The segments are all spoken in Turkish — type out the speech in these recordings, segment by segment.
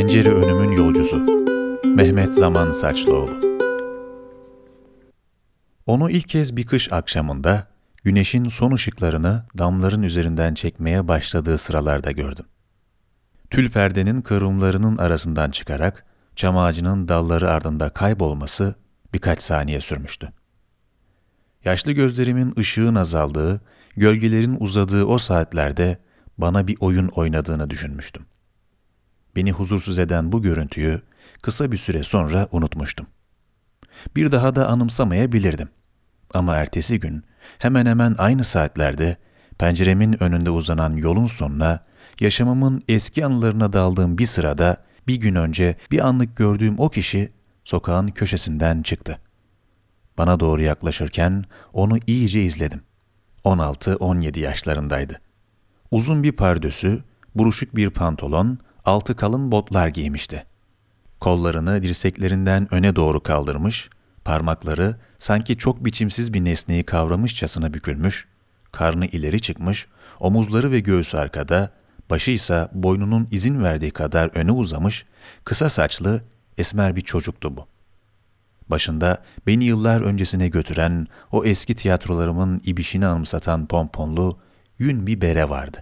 Pencere Önümün Yolcusu Mehmet Zaman Saçlıoğlu. Onu ilk kez bir kış akşamında güneşin son ışıklarını damların üzerinden çekmeye başladığı sıralarda gördüm. Tül perdenin kıvrımlarının arasından çıkarak çam ağacının dalları ardında kaybolması birkaç saniye sürmüştü. Yaşlı gözlerimin ışığın azaldığı, gölgelerin uzadığı o saatlerde bana bir oyun oynadığını düşünmüştüm. Beni huzursuz eden bu görüntüyü kısa bir süre sonra unutmuştum. Bir daha da anımsamayabilirdim. Ama ertesi gün hemen hemen aynı saatlerde penceremin önünde uzanan yolun sonuna, yaşamımın eski anılarına daldığım bir sırada bir gün önce bir anlık gördüğüm o kişi sokağın köşesinden çıktı. Bana doğru yaklaşırken onu iyice izledim. 16-17 yaşlarındaydı. Uzun bir pardösü, buruşuk bir pantolon, altı kalın botlar giymişti. Kollarını dirseklerinden öne doğru kaldırmış, parmakları sanki çok biçimsiz bir nesneyi kavramışçasına bükülmüş, karnı ileri çıkmış, omuzları ve göğsü arkada, başı ise boynunun izin verdiği kadar öne uzamış, kısa saçlı, esmer bir çocuktu bu. Başında beni yıllar öncesine götüren, o eski tiyatrolarımın ibişini anımsatan pomponlu, yün bir bere vardı.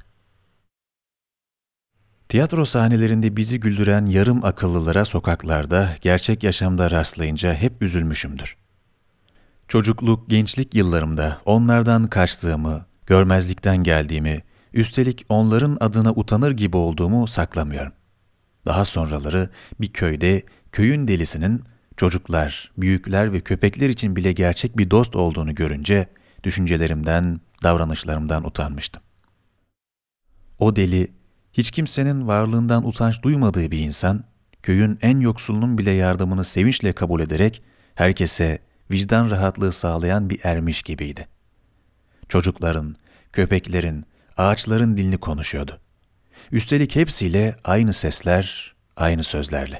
Tiyatro sahnelerinde bizi güldüren yarım akıllılara sokaklarda, gerçek yaşamda rastlayınca hep üzülmüşümdür. Çocukluk, gençlik yıllarımda onlardan kaçtığımı, görmezlikten geldiğimi, üstelik onların adına utanır gibi olduğumu saklamıyorum. Daha sonraları bir köyde, köyün delisinin çocuklar, büyükler ve köpekler için bile gerçek bir dost olduğunu görünce düşüncelerimden, davranışlarımdan utanmıştım. O deli, hiç kimsenin varlığından utanç duymadığı bir insan, köyün en yoksulunun bile yardımını sevinçle kabul ederek herkese vicdan rahatlığı sağlayan bir ermiş gibiydi. Çocukların, köpeklerin, ağaçların dilini konuşuyordu. Üstelik hepsiyle aynı sesler, aynı sözlerle.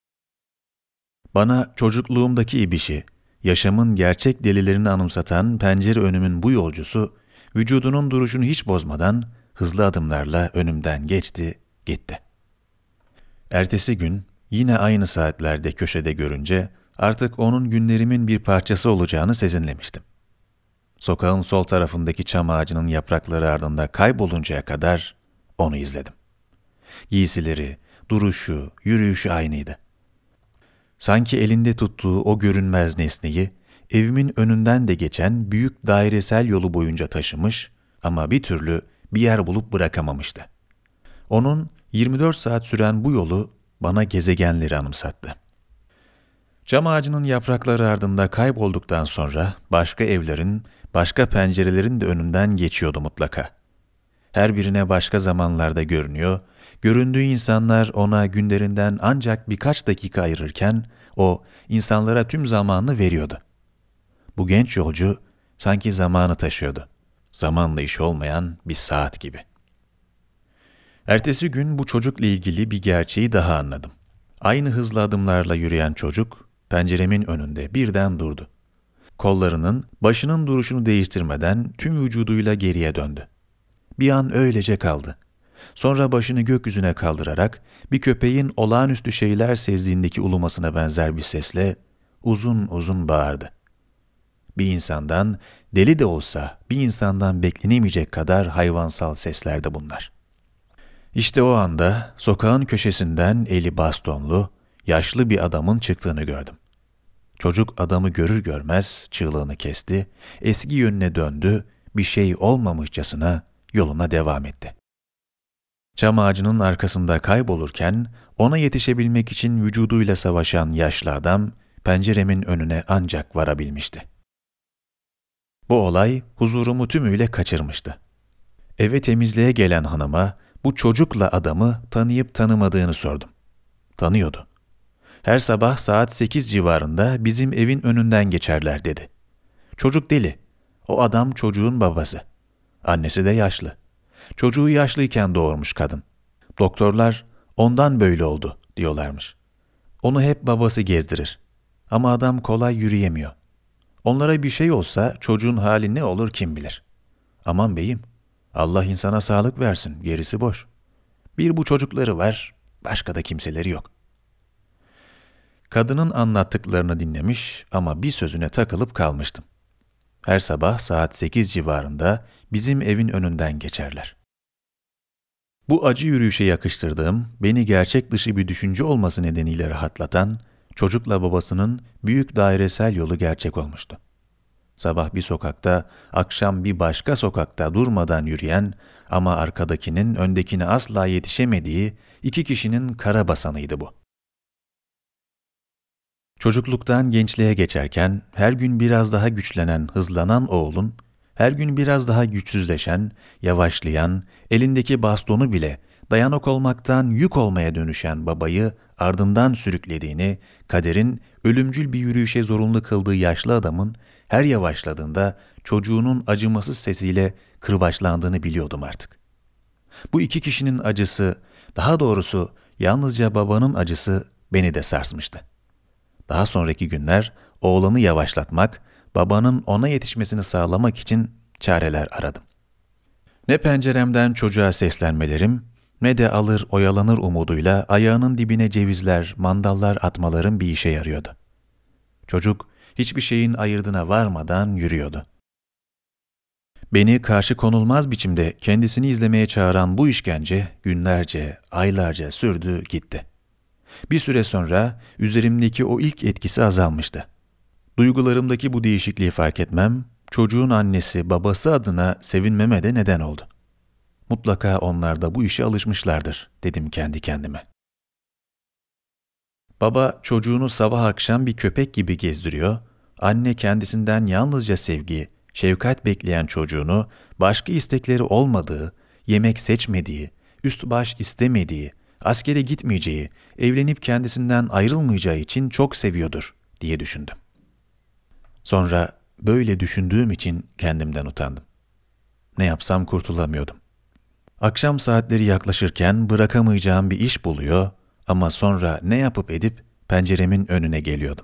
Bana çocukluğumdaki ibişi, yaşamın gerçek delilerini anımsatan pencere önümün bu yolcusu, vücudunun duruşunu hiç bozmadan hızlı adımlarla önümden geçti, gitti. Ertesi gün yine aynı saatlerde köşede görünce artık onun günlerimin bir parçası olacağını sezinlemiştim. Sokağın sol tarafındaki çam ağacının yaprakları ardında kayboluncaya kadar onu izledim. Giysileri, duruşu, yürüyüşü aynıydı. Sanki elinde tuttuğu o görünmez nesneyi evimin önünden de geçen büyük dairesel yolu boyunca taşımış ama bir türlü bir yer bulup bırakamamıştı. Onun 24 saat süren bu yolu bana gezegenleri anımsattı. Cam ağacının yaprakları ardında kaybolduktan sonra başka evlerin, başka pencerelerin de önünden geçiyordu mutlaka. Her birine başka zamanlarda görünüyor, göründüğü insanlar ona günlerinden ancak birkaç dakika ayırırken o insanlara tüm zamanını veriyordu. Bu genç yolcu sanki zamanı taşıyordu. Zamanla iş olmayan bir saat gibi. Ertesi gün bu çocukla ilgili bir gerçeği daha anladım. Aynı hızlı adımlarla yürüyen çocuk penceremin önünde birden durdu. Kollarının, başının duruşunu değiştirmeden tüm vücuduyla geriye döndü. Bir an öylece kaldı. Sonra başını gökyüzüne kaldırarak bir köpeğin olağanüstü şeyler sezdiğindeki ulumasına benzer bir sesle uzun uzun bağırdı. Bir insandan, deli de olsa bir insandan beklenemeyecek kadar hayvansal seslerdi bunlar. İşte o anda sokağın köşesinden eli bastonlu, yaşlı bir adamın çıktığını gördüm. Çocuk adamı görür görmez çığlığını kesti, eski yönüne döndü, bir şey olmamışçasına yoluna devam etti. Çam ağacının arkasında kaybolurken ona yetişebilmek için vücuduyla savaşan yaşlı adam penceremin önüne ancak varabilmişti. Bu olay huzurumu tümüyle kaçırmıştı. Eve temizliğe gelen hanıma bu çocukla adamı tanıyıp tanımadığını sordum. Tanıyordu. Her sabah saat 8 civarında bizim evin önünden geçerler dedi. Çocuk deli. O adam çocuğun babası. Annesi de yaşlı. Çocuğu yaşlıyken doğurmuş kadın. Doktorlar ondan böyle oldu diyorlarmış. Onu hep babası gezdirir. Ama adam kolay yürüyemiyor. Onlara bir şey olsa çocuğun hali ne olur kim bilir. Aman beyim, Allah insana sağlık versin, gerisi boş. Bir bu çocukları var, Başka da kimseleri yok. Kadının anlattıklarını dinlemiş ama bir sözüne takılıp kalmıştım. Her sabah saat 8 civarında bizim evin önünden geçerler. Bu acı yürüyüşe yakıştırdığım, beni gerçek dışı bir düşünce olması nedeniyle rahatlatan, çocukla babasının büyük dairesel yolu gerçek olmuştu. Sabah bir sokakta, akşam bir başka sokakta durmadan yürüyen ama arkadakinin öndekine asla yetişemediği iki kişinin karabasanıydı bu. Çocukluktan gençliğe geçerken her gün biraz daha güçlenen, hızlanan oğlun, her gün biraz daha güçsüzleşen, yavaşlayan, elindeki bastonu bile dayanak olmaktan yük olmaya dönüşen babayı ardından sürüklediğini, kaderin ölümcül bir yürüyüşe zorunlu kıldığı yaşlı adamın her yavaşladığında çocuğunun acımasız sesiyle kırbaçlandığını biliyordum artık. Bu iki kişinin acısı, daha doğrusu yalnızca babanın acısı beni de sarsmıştı. Daha sonraki günler oğlanı yavaşlatmak, babanın ona yetişmesini sağlamak için çareler aradım. Ne penceremden çocuğa seslenmelerim, ne de alır oyalanır umuduyla ayağının dibine cevizler, mandallar atmalarım bir işe yarıyordu. Çocuk hiçbir şeyin ayırdına varmadan yürüyordu. Beni karşı konulmaz biçimde kendisini izlemeye çağıran bu işkence günlerce, aylarca sürdü gitti. Bir süre sonra üzerimdeki o ilk etkisi azalmıştı. Duygularımdaki bu değişikliği fark etmem, çocuğun annesi, babası adına sevinmeme de neden oldu. Mutlaka onlar da bu işe alışmışlardır, dedim kendi kendime. Baba çocuğunu sabah akşam bir köpek gibi gezdiriyor, anne kendisinden yalnızca sevgi, şefkat bekleyen çocuğunu başka istekleri olmadığı, yemek seçmediği, üst baş istemediği, askere gitmeyeceği, evlenip kendisinden ayrılmayacağı için çok seviyordur diye düşündüm. Sonra böyle düşündüğüm için kendimden utandım. Ne yapsam kurtulamıyordum. Akşam saatleri yaklaşırken bırakamayacağım bir iş buluyor ama sonra ne yapıp edip penceremin önüne geliyordum.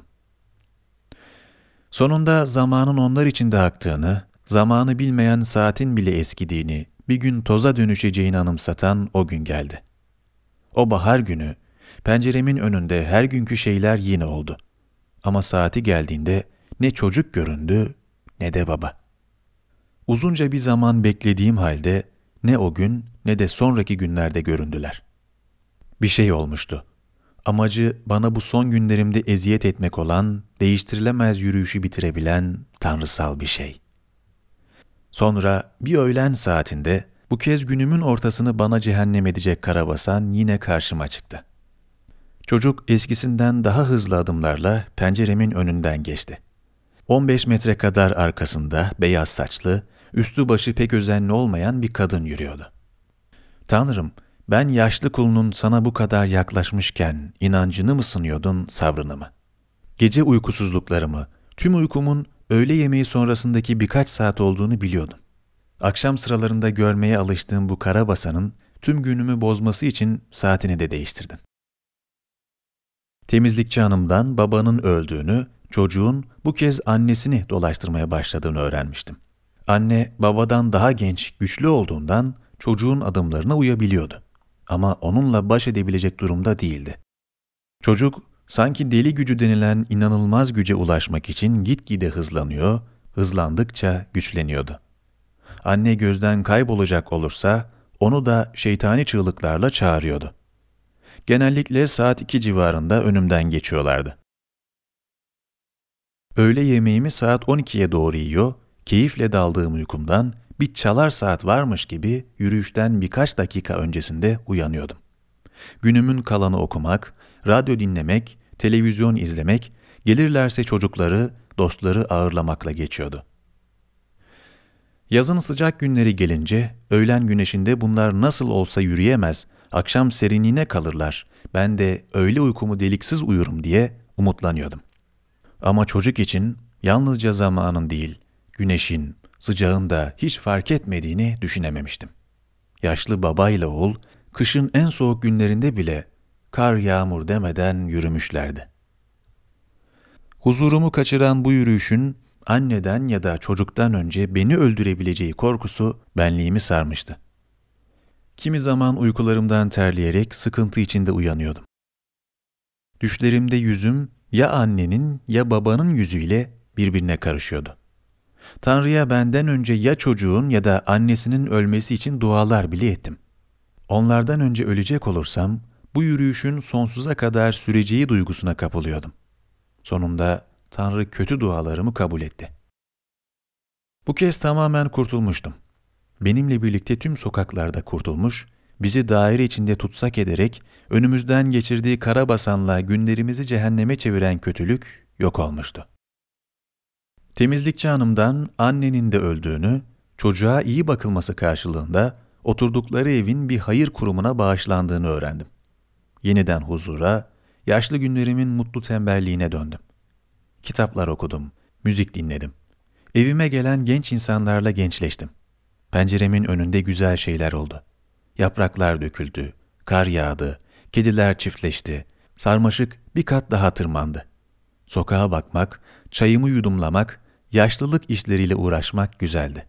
Sonunda zamanın onlar için de aktığını, zamanı bilmeyen saatin bile eskidiğini, bir gün toza dönüşeceğini anımsatan o gün geldi. O bahar günü, penceremin önünde her günkü şeyler yine oldu. Ama saati geldiğinde ne çocuk göründü ne de baba. Uzunca bir zaman beklediğim halde ne o gün ne de sonraki günlerde göründüler. Bir şey olmuştu. Amacı bana bu son günlerimde eziyet etmek olan, değiştirilemez yürüyüşü bitirebilen tanrısal bir şey. Sonra bir öğlen saatinde bu kez günümün ortasını bana cehennem edecek karabasan yine karşıma çıktı. Çocuk eskisinden daha hızlı adımlarla penceremin önünden geçti. 15 metre kadar arkasında beyaz saçlı, üstü başı pek özenli olmayan bir kadın yürüyordu. Tanrım, ben yaşlı kulunun sana bu kadar yaklaşmışken inancını mı sınıyordun, sabrını mı? Gece uykusuzluklarımı, tüm uykumun öğle yemeği sonrasındaki birkaç saat olduğunu biliyordum. Akşam sıralarında görmeye alıştığım bu karabasanın tüm günümü bozması için saatini de değiştirdim. Temizlikçi hanımdan babanın öldüğünü, çocuğun bu kez annesini dolaştırmaya başladığını öğrenmiştim. Anne babadan daha genç, güçlü olduğundan çocuğun adımlarına uyabiliyordu. Ama onunla baş edebilecek durumda değildi. Çocuk sanki deli gücü denilen inanılmaz güce ulaşmak için gitgide hızlanıyor, hızlandıkça güçleniyordu. Anne gözden kaybolacak olursa onu da şeytani çığlıklarla çağırıyordu. Genellikle saat 2 civarında önümden geçiyorlardı. Öğle yemeğimi saat 12'ye doğru yiyor, keyifle daldığım uykumdan bir çalar saat varmış gibi yürüyüşten birkaç dakika öncesinde uyanıyordum. Günümün kalanı okumak, radyo dinlemek, televizyon izlemek, gelirlerse çocukları, dostları ağırlamakla geçiyordu. Yazın sıcak günleri gelince, öğlen güneşinde bunlar nasıl olsa yürüyemez, akşam serinliğine kalırlar, ben de öğle uykumu deliksiz uyurum diye umutlanıyordum. Ama çocuk için yalnızca zamanın değil, güneşin, sıcağın da hiç fark etmediğini düşünememiştim. Yaşlı babayla oğul, kışın en soğuk günlerinde bile kar yağmur demeden yürümüşlerdi. Huzurumu kaçıran bu yürüyüşün anneden ya da çocuktan önce beni öldürebileceği korkusu benliğimi sarmıştı. Kimi zaman uykularımdan terleyerek sıkıntı içinde uyanıyordum. Düşlerimde yüzüm ya annenin ya babanın yüzüyle birbirine karışıyordu. Tanrı'ya benden önce ya çocuğun ya da annesinin ölmesi için dualar bile ettim. Onlardan önce ölecek olursam, bu yürüyüşün sonsuza kadar süreceği duygusuna kapılıyordum. Sonunda Tanrı kötü dualarımı kabul etti. Bu kez tamamen kurtulmuştum. Benimle birlikte tüm sokaklarda kurtulmuş, bizi daire içinde tutsak ederek önümüzden geçirdiği karabasanla günlerimizi cehenneme çeviren kötülük yok olmuştu. Temizlikçi hanımdan annenin de öldüğünü, çocuğa iyi bakılması karşılığında oturdukları evin bir hayır kurumuna bağışlandığını öğrendim. Yeniden huzura, yaşlı günlerimin mutlu tembelliğine döndüm. Kitaplar okudum, müzik dinledim. Evime gelen genç insanlarla gençleştim. Penceremin önünde güzel şeyler oldu. Yapraklar döküldü, kar yağdı, kediler çiftleşti, sarmaşık bir kat daha tırmandı. Sokağa bakmak, çayımı yudumlamak, yaşlılık işleriyle uğraşmak güzeldi.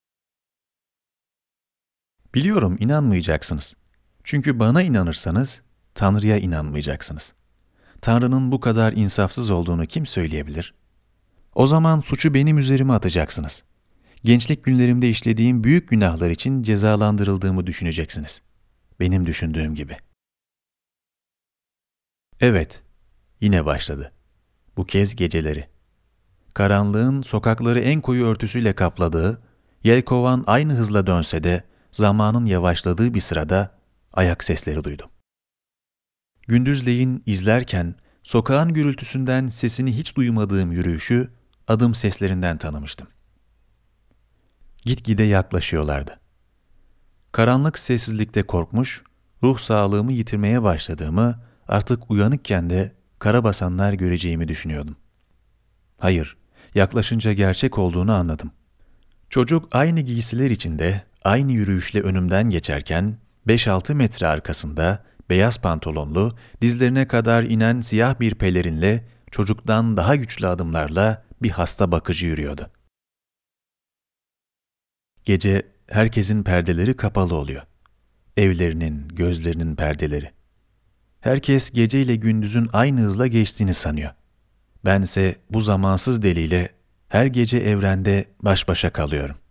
Biliyorum inanmayacaksınız. Çünkü bana inanırsanız Tanrı'ya inanmayacaksınız. Tanrı'nın bu kadar insafsız olduğunu kim söyleyebilir? O zaman suçu benim üzerime atacaksınız. Gençlik günlerimde işlediğim büyük günahlar için cezalandırıldığımı düşüneceksiniz. Benim düşündüğüm gibi. Evet, yine başladı. Bu kez geceleri. Karanlığın sokakları en koyu örtüsüyle kapladığı, yelkovan aynı hızla dönse de zamanın yavaşladığı bir sırada ayak sesleri duydum. Gündüzleyin izlerken sokağın gürültüsünden sesini hiç duymadığım yürüyüşü adım seslerinden tanımıştım. Gitgide yaklaşıyorlardı. Karanlık sessizlikte korkmuş, ruh sağlığımı yitirmeye başladığımı, artık uyanıkken de karabasanlar göreceğimi düşünüyordum. Hayır, yaklaşınca gerçek olduğunu anladım. Çocuk aynı giysiler içinde, aynı yürüyüşle önümden geçerken, 5-6 metre arkasında, beyaz pantolonlu, dizlerine kadar inen siyah bir pelerinle, çocuktan daha güçlü adımlarla bir hasta bakıcı yürüyordu. Gece herkesin perdeleri kapalı oluyor. Evlerinin, gözlerinin perdeleri. Herkes geceyle gündüzün aynı hızla geçtiğini sanıyor. Bense bu zamansız deliyle her gece evrende baş başa kalıyorum.